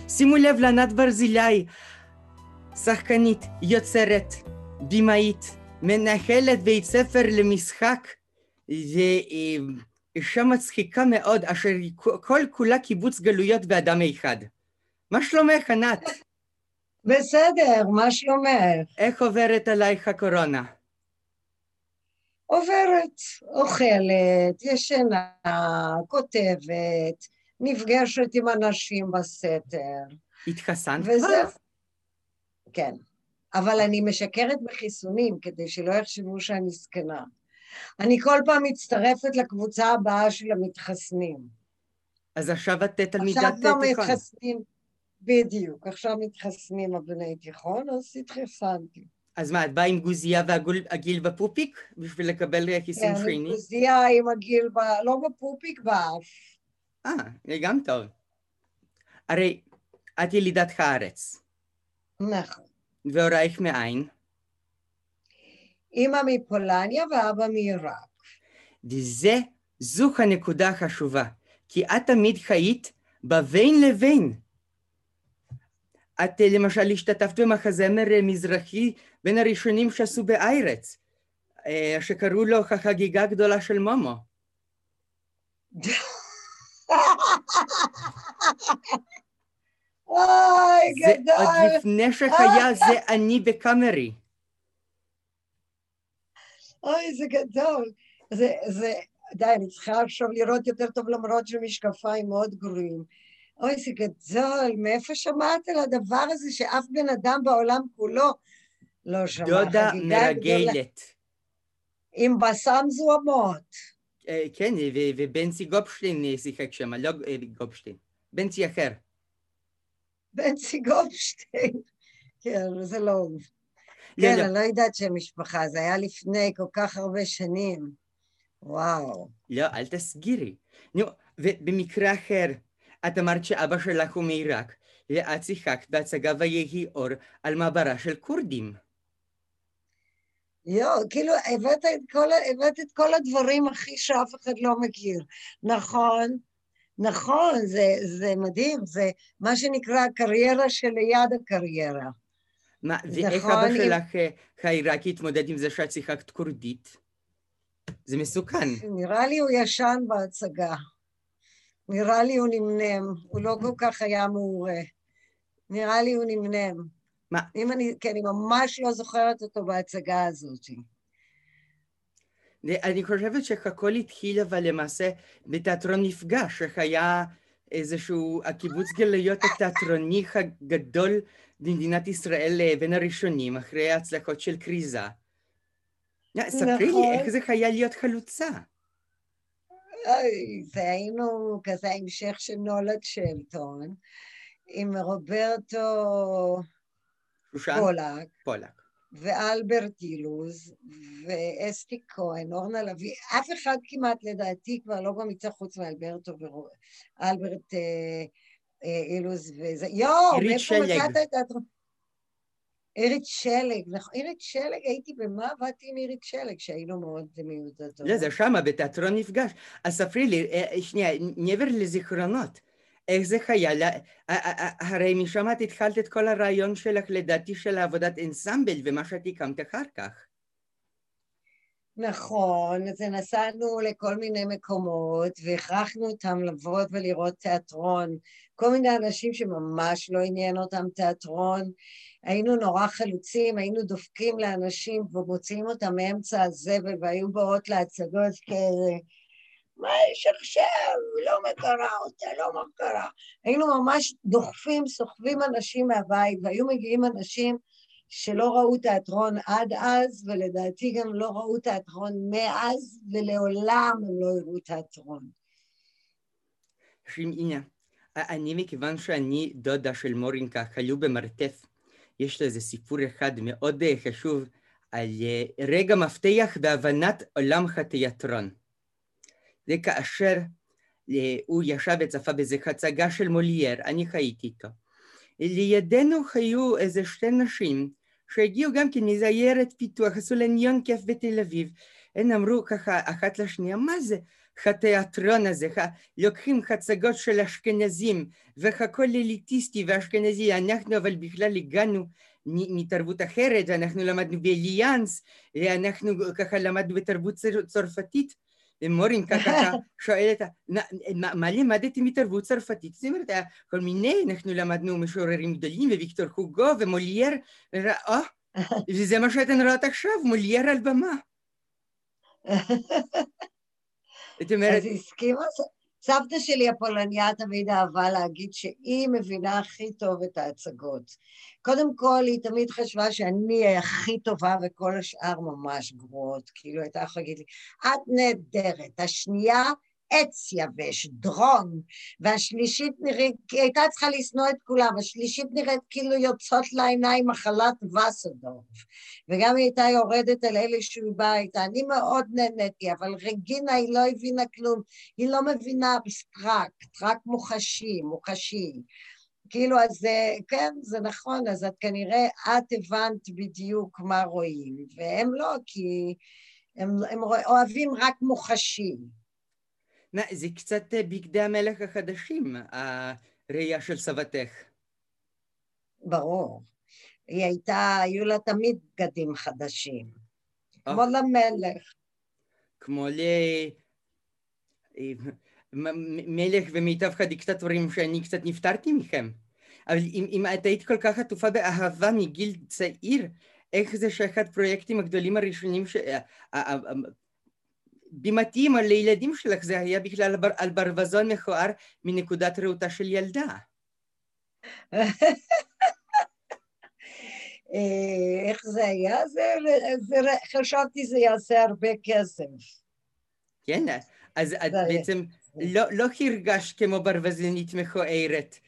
שימו לב לענת ברזילי, שחקנית, יוצרת, בימאית, מנהלת בית ספר למשחק, ואישה מצחיקה מאוד, אשר כל כולה קיבוץ גלויות באדם אחד. מה שלומך, ענת? בסדר, מה שלומך? איך עוברת עלייך הקורונה? עוברת, אוכלת, ישנה, כותבת, נפגשת עם אנשים בסתר. התחסנת וזהו. כבר? כן, אבל אני משקרת בחיסונים כדי שלא יחשבו שאני זקנה. אני כל פעם מצטרפת לקבוצה הבאה של המתחסנים. אז עכשיו את תלמידת עכשיו כבר תיכון. מתחסנים, בדיוק, עכשיו מתחסנים הבני תיכון, אז התחסנתי. אז מה, את באה עם גוזייה והגיל בפופיק בשביל לקבל חיסון כן, שני? גוזייה עם הגיל, לא בפופיק, באף. זה גם טוב. הרי את ילידת הארץ. נכון. והורייך מאין? אמא מפולניה ואבא מעיראק. זו הנקודה החשובה, כי את תמיד חיית בבין לבין. את למשל השתתפת במחזמר מזרחי בין הראשונים שעשו בארץ, שקראו לו החגיגה הגדולה של מומו. אוי, גדול. עוד לפני שהיה זה אני בקאמרי. אוי, זה גדול. די, אני צריכה עכשיו לראות יותר טוב למרות שמשקפיים מאוד גרועים. אוי, זה גדול. מאיפה שמעת על הדבר הזה שאף בן אדם בעולם כולו לא שמע? דודה מרגלת. עם בסם זוהמות. כן, ובנצי גופשטיין שיחק שם, לא גופשטיין, בנצי אחר. בנצי גופשטיין. כן, זה לא הוא. כן, אני לא יודעת שמשפחה, זה היה לפני כל כך הרבה שנים. וואו. לא, אל תסגירי. ובמקרה אחר, את אמרת שאבא שלך הוא מעיראק, ואת שיחקת בהצגה ויהי אור על מעברה של כורדים. כאילו, הבאת את כל הדברים הכי שאף אחד לא מכיר. נכון, נכון, זה מדהים, זה מה שנקרא הקריירה שליד הקריירה. מה, ואיך אבא שלך העיראקי התמודד עם זה שאת שיחקת כורדית? זה מסוכן. נראה לי הוא ישן בהצגה. נראה לי הוא נמנם, הוא לא כל כך היה מעורה. נראה לי הוא נמנם. מה? כי אני ממש לא זוכרת אותו בהצגה הזאת. אני חושבת שהכל התחיל אבל למעשה בתיאטרון מפגש, שהיה איזשהו הקיבוץ גלויות התיאטרוני הגדול במדינת ישראל בין הראשונים, אחרי ההצלחות של קריזה. ספרי לי איך זה היה להיות חלוצה. זה היינו כזה המשך של נולד שלטון, עם רוברטו פולק. ואלברט אילוז, ואסתי כהן, אורנה לביא, אף אחד כמעט לדעתי כבר לא במיצה חוץ מאלברטו ואלברט אילוז וזה, מאיפה מצאת את התרום? אירית שלג, נכון, אירית שלג, הייתי במה עבדתי עם אירית שלג, שהיינו מאוד מיודדות. לא, זה שמה, בתיאטרון נפגש. אז ספרי לי, שנייה, מעבר לזיכרונות, איך זה היה? הרי משם את התחלת את כל הרעיון שלך, לדעתי, של עבודת אנסמבל, ומה שאת הקמת אחר כך. נכון, אז נסענו לכל מיני מקומות, והכרחנו אותם לבוא ולראות תיאטרון. כל מיני אנשים שממש לא עניין אותם תיאטרון. היינו נורא חלוצים, היינו דופקים לאנשים ומוציאים אותם מאמצע הזבל, והיו באות להצגות כאלה. מה יש עכשיו? לא מכרה אותה, לא מכרה. היינו ממש דוחפים, סוחבים אנשים מהבית, והיו מגיעים אנשים שלא ראו תיאטרון עד אז, ולדעתי גם לא ראו תיאטרון מאז, ולעולם הם לא יראו תיאטרון. הנה, אני מכיוון שאני דודה של מורינקה, חיו במרתף, יש לזה סיפור אחד מאוד חשוב, על רגע מפתח בהבנת עולם התיאטרון. זה כאשר הוא ישב וצפה באיזה הצגה של מולייר, אני חייתי איתו. לידינו היו איזה שתי נשים שהגיעו גם כן מאיזה עיירת פיתוח, עשו לניון כיף בתל אביב. הן אמרו ככה אחת לשנייה, מה זה? התיאטרון הזה, לוקחים הצגות של אשכנזים, והכל אליטיסטי ואשכנזי, אנחנו אבל בכלל הגענו מתרבות אחרת, אנחנו למדנו באליאנס, אנחנו ככה למדנו בתרבות צרפתית, ומורין ככה שואלת, מה לימדתי מתרבות צרפתית? זאת אומרת, כל מיני, אנחנו למדנו משוררים גדולים, וויקטור הוגו ומולייר, וזה מה שאתן רואות עכשיו, מולייר על במה. זאת אומרת... אז הסכימה, סבתא שלי הפולניה תמיד אהבה להגיד שהיא מבינה הכי טוב את ההצגות. קודם כל, היא תמיד חשבה שאני הכי טובה וכל השאר ממש גרועות. כאילו, הייתה יכולה להגיד לי, את נהדרת, השנייה עץ יבש, דרון, והשלישית נראית, היא הייתה צריכה לשנוא את כולם, השלישית נראית כאילו יוצאות לעיניים מחלת וסדורף, וגם היא הייתה יורדת על אלה שהוא בא איתה, אני מאוד נהניתי, אבל רגינה היא לא הבינה כלום, היא לא מבינה אבסטרקט, רק מוחשי, כאילו, אז כן, זה נכון, אז את כנראה, את הבנת בדיוק מה רואים, והם לא, כי הם אוהבים רק מוחשי. זה קצת בגדי המלך החדשים, הראייה של סבתך. ברור. היו לה תמיד בגדים חדשים, כמו למלך. כמו מלך ומיטב הדיקטטורים שאני קצת נפטרתי מכם. אבל אם את היית כל כך עטופה באהבה מגיל צעיר, איך זה שאחד הפרויקטים הגדולים הראשונים בימתיים על לילדים שלך, זה היה בכלל על ברווזון מכוער מנקודת ראותה של ילדה. איך זה היה? חשבתי זה יעשה הרבה כסף. כן, אז את בעצם לא הרגשת כמו ברווזנית מכוערת.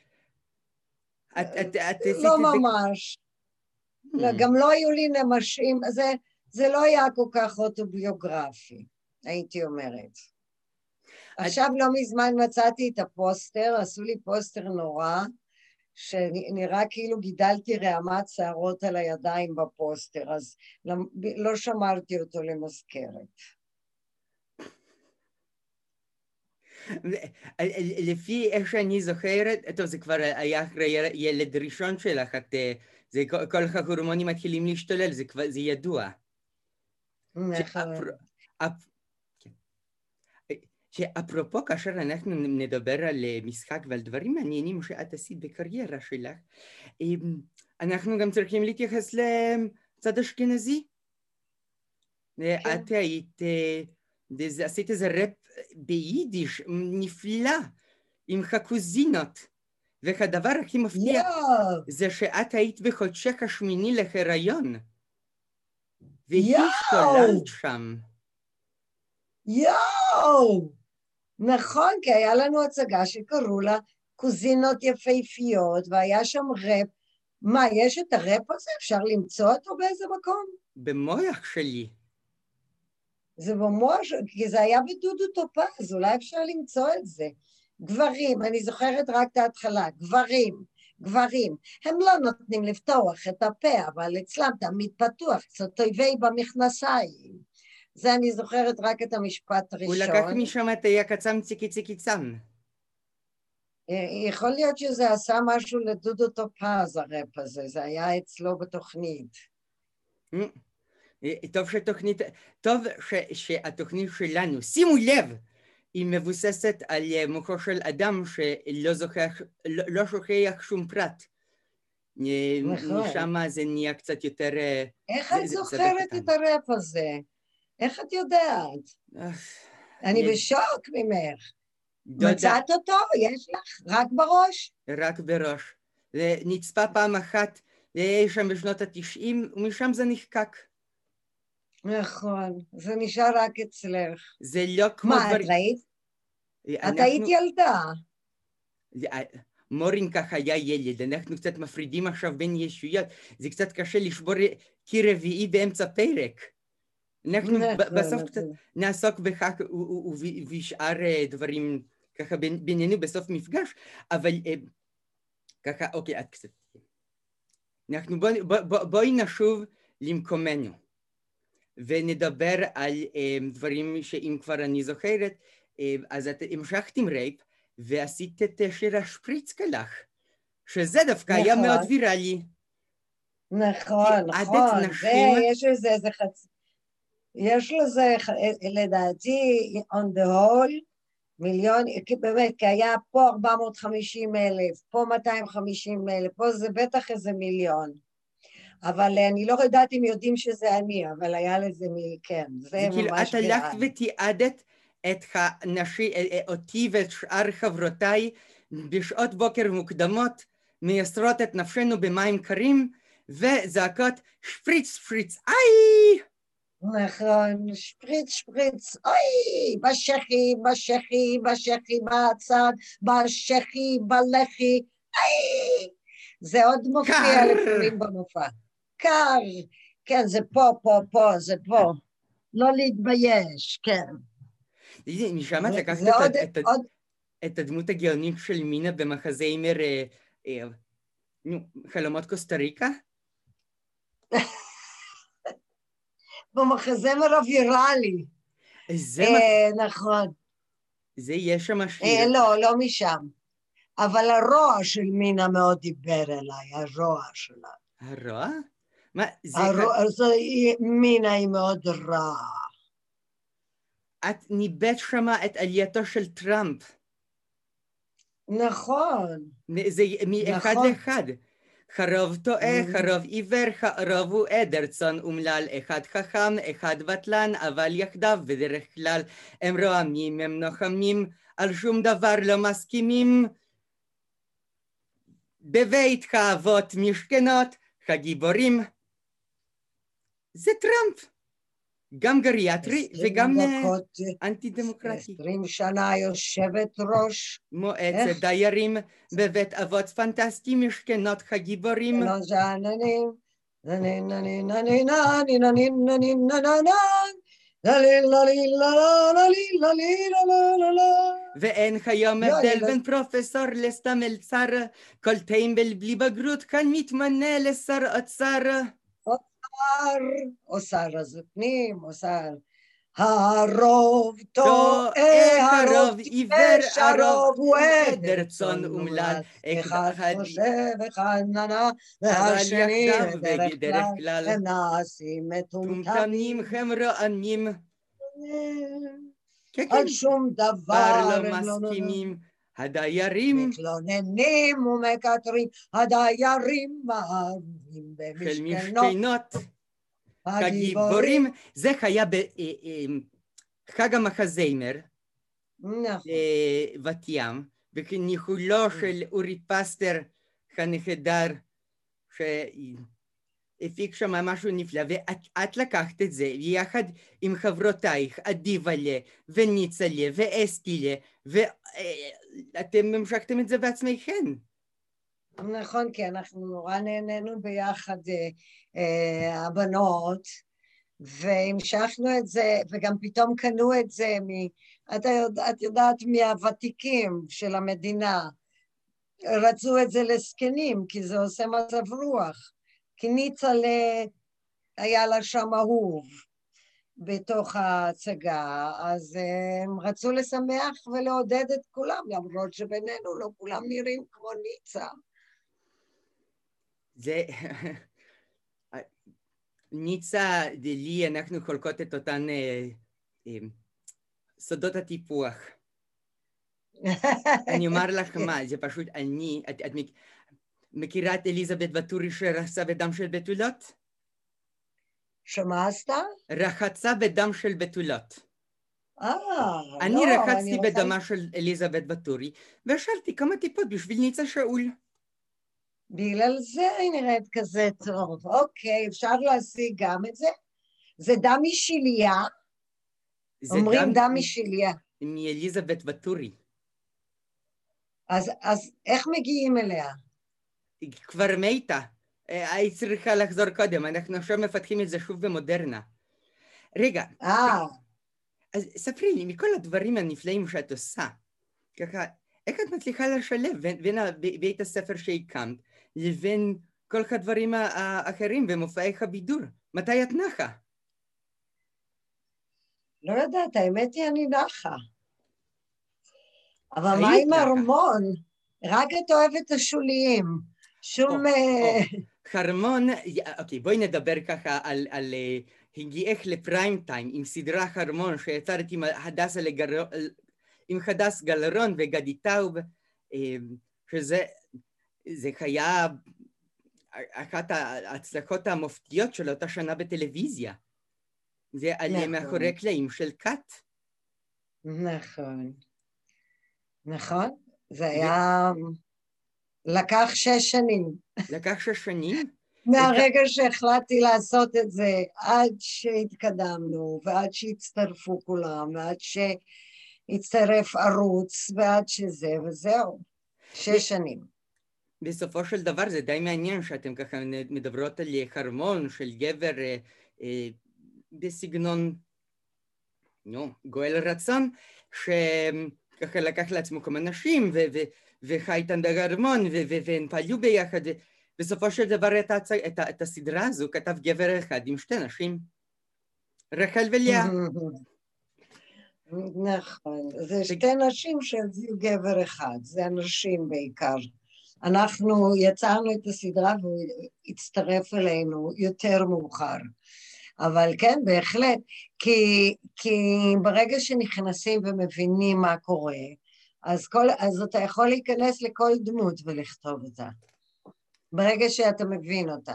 לא ממש. גם לא היו לי נמשים, זה לא היה כל כך אוטוביוגרפי. הייתי אומרת. עכשיו לא מזמן מצאתי את הפוסטר, עשו לי פוסטר נורא, שנראה כאילו גידלתי רעמת שערות על הידיים בפוסטר, אז לא שמרתי אותו למזכרת. לפי איך שאני זוכרת, טוב, זה כבר היה אחרי ילד ראשון שלך, כל ההורמונים מתחילים להשתולל, זה ידוע. שאפרופו, כאשר אנחנו נדבר על משחק ועל דברים מעניינים שאת עשית בקריירה שלך, אנחנו גם צריכים להתייחס לצד אשכנזי. את היית, עשית איזה ראפ ביידיש נפלא, עם הקוזינות, והדבר הכי מפתיע זה שאת היית בחודשך השמיני להיריון, והשתוללת שם. נכון, כי היה לנו הצגה שקראו לה קוזינות יפהפיות, והיה שם ראפ. מה, יש את הראפ הזה? אפשר למצוא אותו באיזה מקום? במוח שלי. זה במוח, כי זה היה בדודו טופז, אולי אפשר למצוא את זה. גברים, אני זוכרת רק את ההתחלה, גברים, הם לא נותנים לפתוח את הפה, אבל אצלם תמיד פתוח, קצת טויבי במכנסיים. זה אני זוכרת רק את המשפט הראשון. הוא לקח משם את היקצם ציקי ציקי צם. יכול להיות שזה עשה משהו לדודו טופז, הראפ הזה, זה היה אצלו בתוכנית. טוב שהתוכנית שלנו, שימו לב, היא מבוססת על מוחו של אדם שלא שוכח שום פרט. משם זה נהיה קצת יותר... איך את זוכרת את הראפ הזה? איך את יודעת? אני בשוק ממך. מצאת אותו? יש לך? רק בראש? רק בראש. זה נצפה פעם אחת שם בשנות ה-90, ומשם זה נחקק. נכון, זה נשאר רק אצלך. זה לא כמו... מה, את ראית? את היית ילדה. מורין כך היה ילד, אנחנו קצת מפרידים עכשיו בין ישויות, זה קצת קשה לשבור קיר רביעי באמצע פרק. אנחנו בסוף קצת נעסוק בכך ובשאר דברים ככה בינינו בסוף מפגש, אבל ככה, אוקיי, את קצת. אנחנו בואי נשוב למקומנו, ונדבר על דברים שאם כבר אני זוכרת, אז את המשכת עם רייפ, ועשית את שיר השפריצקלח, שזה דווקא היה מאוד ויראלי. נכון, נכון. יש לזה איזה יש לזה, לדעתי, on the whole, מיליון, באמת, כי היה פה 450,000, פה 250,000, פה זה בטח איזה מיליון. אבל אני לא יודעת אם יודעים שזה אני, אבל היה לזה כן, זה כאילו, ממש את הלכת ותיעדת אותי ואת שאר חברותיי בשעות בוקר מוקדמות, מייסרות את נפשנו במים קרים, וזעקות שפריץ, שפריץ, איי! נכון, שפריץ, שפריץ, אוי, בשכי, בשכי, בשכי, בצד, בשכי, בלחי, איי! זה עוד מופיע לפעמים במופע. קר, כן, זה פה, זה פה. לא להתבייש, כן. משם את לקחת את הדמות הגאונית של מינה במחזיימר חלומות קוסטה ריקה? במחזמר הוויראלי. נכון. זה יש שם שיר. לא משם. אבל הרוע של מינה מאוד דיבר אליי, הרוע שלה. הרוע? מה, זה... מינה היא מאוד רע. את ניבאת שמה את עלייתו של טראמפ. נכון. זה מאחד לאחד. חרוב טועה, חרוב עיוור, חרוב הוא עדר, צאן אומלל, אחד חכם, אחד בטלן, אבל יחדיו בדרך כלל הם רועמים, הם נוחמים, על שום דבר לא מסכימים. בבית כאבות משכנות, הגיבורים. זה טראמפ. גם גריאטרי וגם אנטי דמוקרטי. 20 שנה יושבת ראש. מועצת דיירים בבית אבות פנטסטי משכנות הגיבורים. ואין היום הבדל בין פרופסור לסתם מלצר, כל טיימבל בלי בגרות כאן מתמנה לשר אוצר. או שר הזפנים, או שר הרוב טועה, הרוב עיוור, הרוב הוא עדר צאן אומלל, אחד חושב, אחד ננה, והשני בדרך כלל הם נעשים מטומטמים, הם רועמים, על שום דבר לא מסכימים. הדיירים מתלוננים ומקטרים, הדיירים מערבים במשכנות הגיבורים. זה היה בחג המחזיימר בבת ים, בניהולו של אורי פסטר הנהדר, שהפיק שם משהו נפלא, ואת לקחת את זה יחד עם חברותייך, אדיבלה וניצלה ואסתילה, ואתם המשכתם את זה בעצמכם. נכון, כי אנחנו נורא נהנינו ביחד, הבנות, והמשכנו את זה, וגם פתאום קנו את זה, את יודעת, מהוותיקים של המדינה, רצו את זה לסקנים, כי זה עושה מצב רוח, כי ניצלה היה לה שם אהוב בתוך ההצגה, אז הם רצו לשמח ולעודד את כולם, למרות שבינינו לא כולם נראים כמו ניצה. זה... ניצה דלי, אנחנו חולקות את אותן סודות הטיפוח. אני אומר לך מה, זה פשוט את מכירה את אליזבת בטורי שרחצה בדם של בתולות? שמה עשתה? רחצה בדם של בתולות. אני רחצתי בדמה של אליזבת בטורי, והשארתי כמה טיפות בשביל ניצה שאול. בגלל זה היא נראית כזה טוב. אוקיי, אפשר להשיג גם את זה? זה דם משיליה? אומרים דם משיליה. מאליזבת בטורי. אז איך מגיעים אליה? היא כבר מתה. היית צריכה לחזור קודם, אנחנו עכשיו מפתחים את זה שוב במודרנה. רגע. אז ספרי לי, מכל הדברים הנפלאים שאת עושה, ככה, איך את מצליחה לשלב בין בית הספר שהקמת, לבין כל הדברים האחרים במופעי הבידור? מתי את נחה? לא יודעת, האמת היא אני נחה. אבל מה עם ארמון? רק את אוהבת השוליים. שום... חרמון, אוקיי, בואי נדבר ככה על הגיעך לפריים טיים, עם סדרה חרמון שיצרת עם הדס גלרון וגדי טאוב, שזה היה אחת ההצלחות המופתיות של אותה שנה בטלוויזיה. זה עלה מאחורי קלעים של קאט. נכון. נכון, זה היה... לקח 6 שנים. לקח 6 שנים? מהרגע שהחלטתי לעשות את זה, עד שהתקדמנו, ועד שהצטרפו כולם, ועד שהצטרף ערוץ, ועד שזה, וזהו. 6 שנים. בסופו של דבר זה די מעניין שאתם ככה מדברות על חרמון של גבר בסגנון גואל רצון, שככה לקח לעצמו כמה נשים וחי איתן בארמון והן פעלו ביחד. בסופו של דבר את הסדרה הזו כתב גבר אחד עם 2 נשים, רחל ולאה. נכון, זה 2 נשים שהביאו גבר אחד, זה הנשים בעיקר. אנחנו יצרנו את הסדרה והוא הצטרף אלינו יותר מאוחר. אבל כן, בהחלט, כי ברגע שנכנסים ומבינים מה קורה, אז אתה יכול להיכנס לכל דמות ולכתוב אותה. ברגע שאתה מבין אותה.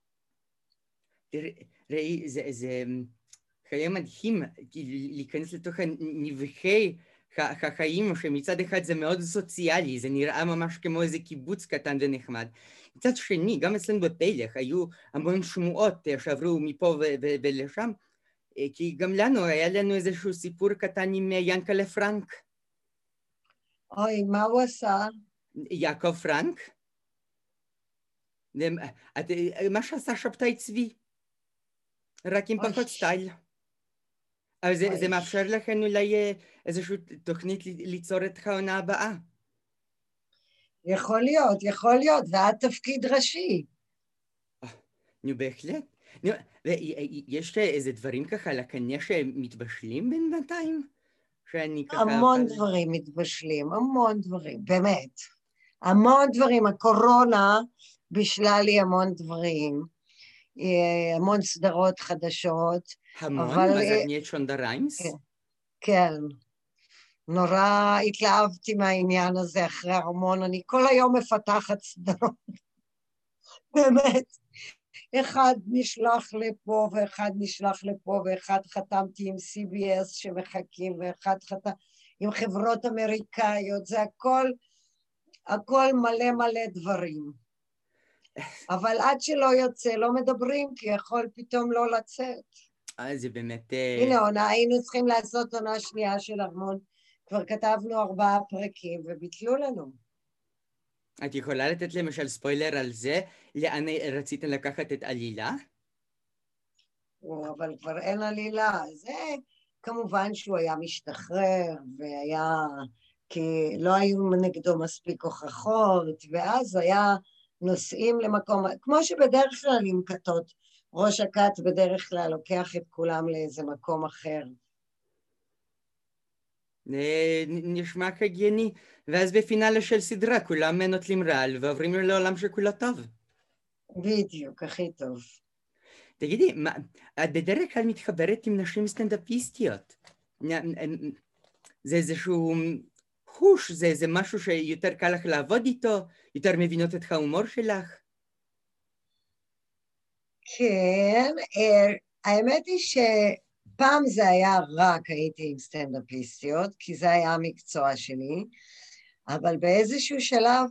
ראי, זה היה מדהים להיכנס לתוך נבחי החיים, שמצד אחד זה מאוד סוציאלי, זה נראה ממש כמו איזה קיבוץ קטן ונחמד. מצד שני, גם אצלנו בפלך היו המון שמועות שעברו מפה ולשם, כי גם היה לנו איזשהו סיפור קטן עם ינקלה פרנק. אוי, מה הוא עשה? יעקב פרנק? מה שעשה שבתאי צבי, רק עם פחות סטייל. אבל זה מאפשר לכם אולי איזושהי תוכנית ליצור את העונה הבאה. יכול להיות, זה היה תפקיד ראשי. נו, בהחלט. יש איזה דברים ככה לקניה שמתבשלים בינתיים? המון דברים מתבשלים, המון דברים, באמת. המון דברים, הקורונה בשלה לי המון דברים, המון סדרות חדשות. המון? מה זה, את נהיית שונדה ריימס? כן. נורא התלהבתי מהעניין הזה אחרי ארמון, אני כל היום מפתחת סדרות. באמת. אחד נשלח לפה ואחד נשלח לפה, ואחד חתמתי עם CBS שמחכים, ואחד חתם עם חברות אמריקאיות, זה הכל מלא דברים. אבל עד שלא יוצא, לא מדברים, כי יכול פתאום לא לצאת. זה באמת... הנה, היינו צריכים לעשות עונה שנייה של ארמון, כבר כתבנו 4 פרקים וביטלו לנו. את יכולה לתת למשל ספוילר על זה? לאן רציתם לקחת את עלילה? אבל כבר אין עלילה. זה כמובן שהוא היה משתחרר, כי לא היו נגדו מספיק הוכחות, ואז היה נוסעים למקום, כמו שבדרך כלל עם כתות, ראש הכת בדרך כלל לוקח את כולם לאיזה מקום אחר. נשמע כגייני, ואז בפינאלה של סדרה כולם נוטלים רעל ועוברים לעולם שכולו טוב. בדיוק, הכי טוב. תגידי, את בדרך כלל מתחברת עם נשים סטנדאפיסטיות. זה איזשהו חוש, זה משהו שיותר קל לך לעבוד איתו, יותר מבינות את ההומור שלך? כן, האמת היא פעם זה היה רק הייתי עם סטנדאפיסטיות, כי זה היה המקצוע שלי, אבל באיזשהו שלב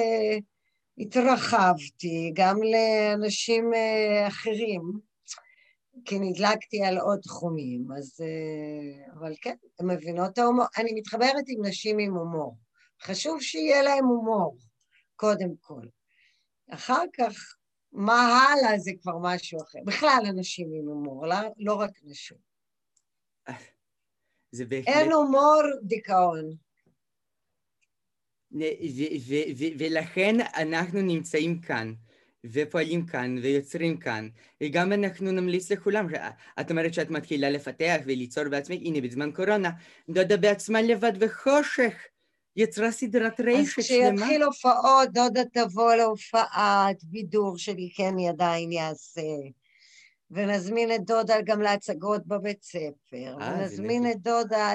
התרחבתי גם לאנשים אחרים, כי נדלקתי על עוד תחומים, אבל כן, הם מבינות ההומור. אני מתחברת עם נשים עם הומור. חשוב שיהיה להם הומור, קודם כל. אחר כך, מה הלאה זה כבר משהו אחר. בכלל אנשים עם הומור, לא רק נשים. זה בהחלט... אין הומור, דיכאון. ולכן אנחנו נמצאים כאן, ופועלים כאן, ויוצרים כאן, וגם אנחנו נמליץ לכולם, את אומרת שאת מתחילה לפתח וליצור בעצמך, הנה בזמן קורונה, דודה בעצמה לבד וחושך, יצרה סדרת אז רשת שלמה. כשיתחיל הופעות, דודה תבוא להופעת בידור שלי, כן, היא עדיין יעשה. ונזמין את דודה גם להצגות בבית ספר. ונזמין את דודה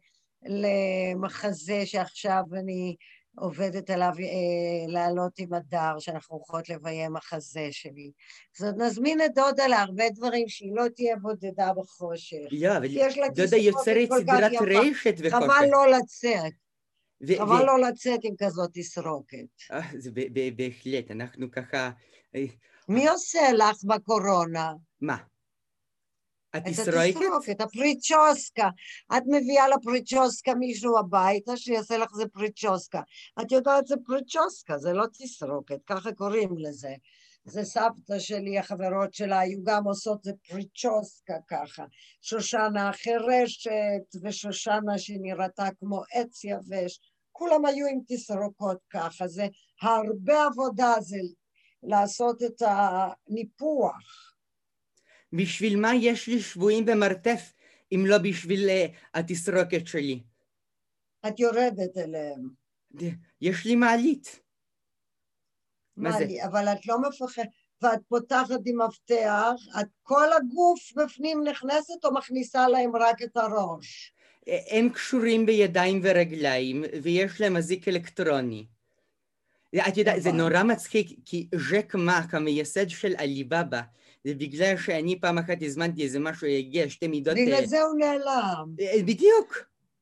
למחזה שעכשיו אני עובדת עליו לעלות עם הדר, שאנחנו הולכות לביים מחזה שלי. זאת נזמין את דודה להרבה דברים שהיא לא תהיה בודדה בחושך. לא, אבל יש לה דודה יוצרת סדרת רשת בחושך. חבל לא לצאת. חבל לא לצאת עם כזאת תסרוקת. זה בהחלט, אנחנו ככה... מי עושה לך בקורונה? מה? את התסרוקת? התסרוקת, הפריצ'וסקה. את מביאה לפריצ'וסקה מישהו הביתה, שיעשה לך זה פריצ'וסקה. את יודעת, זה פריצ'וסקה, זה לא תסרוקת, ככה קוראים לזה. זה סבתא שלי, החברות שלה, היו גם עושות זה פריצ'וסקה ככה. שושנה החירשת, ושושנה שנראתה כמו עץ יבש. כולם היו עם תסרוקות ככה. זה הרבה עבודה, זה לעשות את הניפוח. בשביל מה יש לי שבויים במרתף, אם לא בשביל התסרוקת שלי? את יורדת אליהם. יש לי מעלית. מה לי? אבל את לא מפחדת, ואת פותחת עם מפתח, את כל הגוף בפנים נכנסת או מכניסה להם רק את הראש? הם קשורים בידיים ורגליים, ויש להם אזיק אלקטרוני. את יודעת, זה נורא מצחיק, כי ז'ק מאק, המייסד של עליבאבא, זה בגלל שאני פעם אחת הזמנתי איזה משהו, יגיע שתי מידות... בגלל זה הוא נעלם. בדיוק.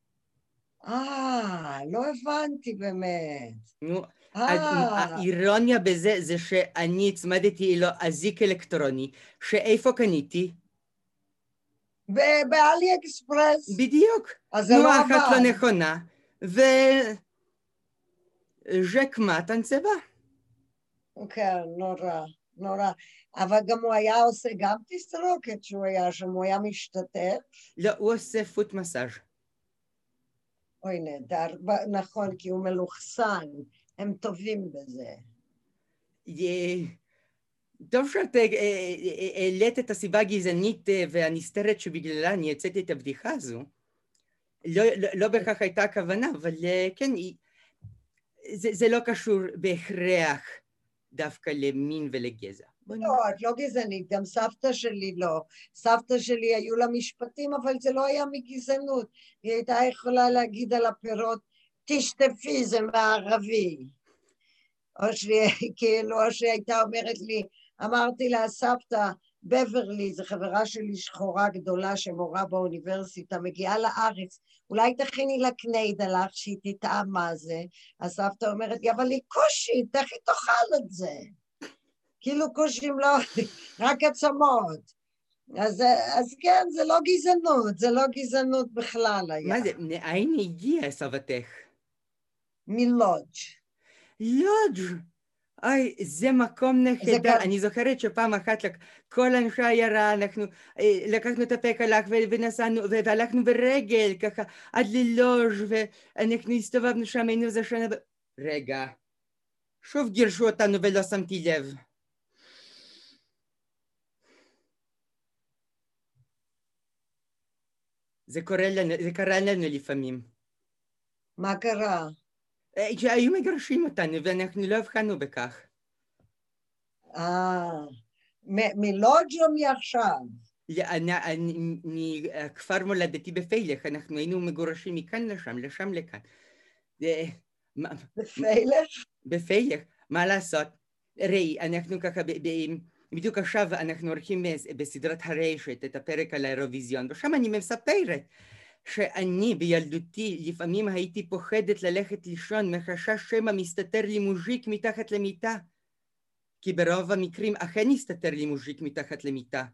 לא הבנתי באמת. נו, האירוניה בזה זה שאני הצמדתי לו אזיק אלקטרוני, שאיפה קניתי? באלי אקספרס. בדיוק. אז זה לא אחת עבד. לא נכונה, ז'ק מתן צבע. כן, נורא. אבל גם הוא היה עושה גם תסרוקת שהוא היה שם, הוא היה משתתף. לא, הוא עושה פוט מסאז'. אוי נהדר, נכון, כי הוא מלוכסן, הם טובים בזה. טוב שאת העלית את הסיבה הגזענית והנסתרת שבגללה אני יצאתי את הבדיחה הזו. לא בכך הייתה הכוונה, אבל כן, זה לא קשור בהכרח דווקא למין ולגזע. לא, את לא גזענית, גם סבתא שלי לא. סבתא שלי היו לה משפטים, אבל זה לא היה מגזענות. היא הייתה יכולה להגיד על הפירות, תשטפי, זה מערבי. או שהייתה אומרת לי, אמרתי לה, סבתא, בברלי, זו חברה שלי שחורה גדולה שמורה באוניברסיטה, מגיעה לארץ, אולי תכיני לה קניידה לך שהיא תטעם מה זה. הסבתא אומרת לי, אבל היא קושית, איך היא תאכל את זה? כאילו קושים לא, רק עצמות. אז כן, זה לא גזענות, זה לא גזענות בכלל היה. מה זה, מאין הגיעה סבתך? מלודג'. לודג'. אוי, זה מקום נהדר. אני זוכרת שפעם אחת כל אנשי העיירה, אנחנו לקחנו את הפקלק ונסענו, והלכנו ברגל ככה עד ללוז' ואנחנו הסתובבנו שם, היינו זה שנה... רגע, שוב גירשו אותנו ולא שמתי לב. זה קרה לנו לפעמים. מה קרה? שהיו מגרשים אותנו ואנחנו לא הבחנו בכך. מלודג' או מעכשיו? מכפר מולדתי בפיילך, אנחנו היינו מגורשים מכאן לשם לכאן. בפיילך? בפיילך, מה לעשות? ראי, אנחנו ככה, בדיוק עכשיו אנחנו עורכים בסדרת הרשת את הפרק על האירוויזיון, ושם אני מספרת שאני בילדותי לפעמים הייתי פוחדת ללכת לישון מחשש שמא מסתתר לי מוז'יק מתחת למיטה, כי ברוב המקרים אכן הסתתר לי מוז'יק מתחת למיטה.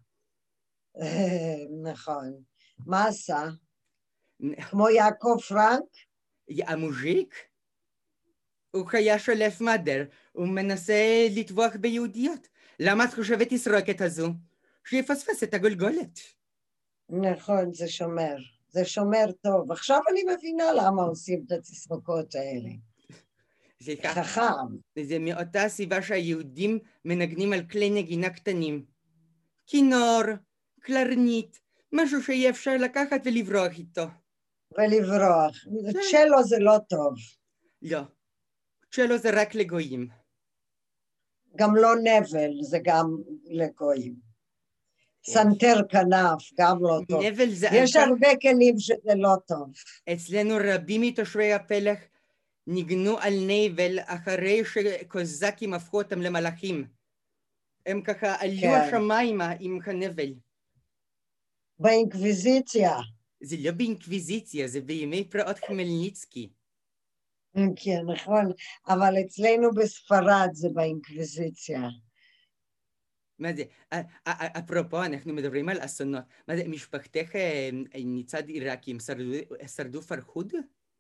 נכון. מה עשה? כמו יעקב פרנק? המוז'יק? הוא היה שולף מדר, הוא מנסה לטבוח ביהודיות. למה את חושבת תסרוקת הזו? שיפספס את הגולגולת. נכון, זה שומר. זה שומר טוב. עכשיו אני מבינה למה עושים את התסרוקות האלה. חכם. זה מאותה סיבה שהיהודים מנגנים על כלי נגינה קטנים. כינור, קלרנית, משהו שיהיה אפשר לקחת ולברוח איתו. ולברוח. צ'לו זה לא טוב. לא. צ'לו זה רק לגויים. גם לא נבל, זה גם לגויים. סנטר כנף, גם לא טוב. נבל זה... יש הרבה כלים שזה לא טוב. אצלנו רבים מתושבי הפלך ניגנו על נבל אחרי שקוזקים הפכו אותם למלאכים. הם ככה עלו השמיימה עם הנבל. באינקוויזיציה. זה לא באינקוויזיציה, זה בימי פרעות חמלניצקי. כן, נכון, אבל אצלנו בספרד זה באינקוויזיציה. מה זה? אפרופו, אנחנו מדברים על אסונות. מה זה, משפחתך מצד עיראקים שרדו פרהוד?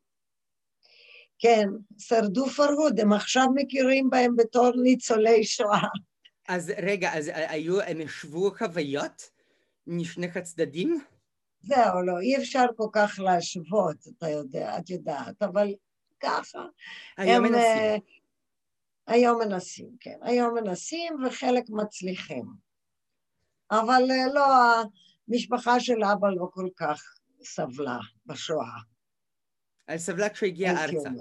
כן, שרדו פרהוד, הם עכשיו מכירים בהם בתור ניצולי שואה. אז רגע, אז הם השוו חוויות משני הצדדים? זהו, לא, אי אפשר כל כך להשוות, אתה יודע, את יודעת, אבל ככה. היום מנסים. היום מנסים, כן. היום מנסים וחלק מצליחים. אבל לא, המשפחה של אבא לא כל כך סבלה בשואה. סבלה כשהגיעה ארצה.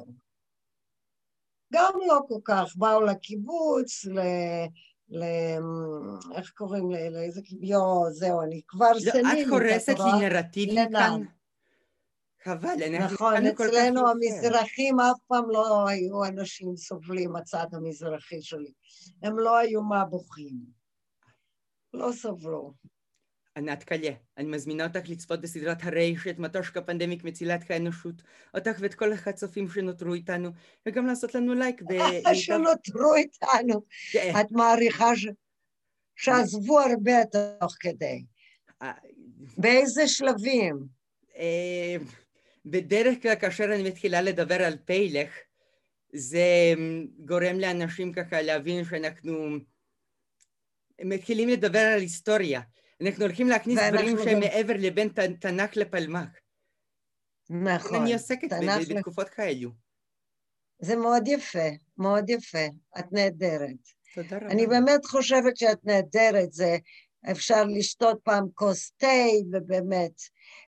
גם לא כל כך, באו לקיבוץ, איך קוראים לאיזה קיביו, זהו, אני כבר סנילית. את חורסת לי נרטיבים כאן? חבל, נכון, אצלנו המזרחים אף פעם לא היו אנשים סובלים, הצד המזרחי שלי. הם לא היו מבוכים. לא סבלו. ענת קליה, אני מזמינה אותך לצפות בסדרת הרשת, מטושקה פנדמיק מצילת האנושות, אותך ואת כל הצופים שנותרו איתנו, וגם לעשות לנו לייק. שנותרו איתנו. את מעריכה שעזבו הרבה תוך כדי. באיזה שלבים? בדרך כלל כאשר אני מתחילה לדבר על פלך, זה גורם לאנשים ככה להבין שאנחנו מתחילים לדבר על היסטוריה. אנחנו הולכים להכניס דברים שהם מעבר לבין תנ"ך לפלמ"ח. נכון. אני עוסקת בתקופות כאלו. זה מאוד יפה, מאוד יפה. את נהדרת. תודה רבה. אני באמת חושבת שאת נהדרת, זה אפשר לשתות פעם כוס תה, ובאמת.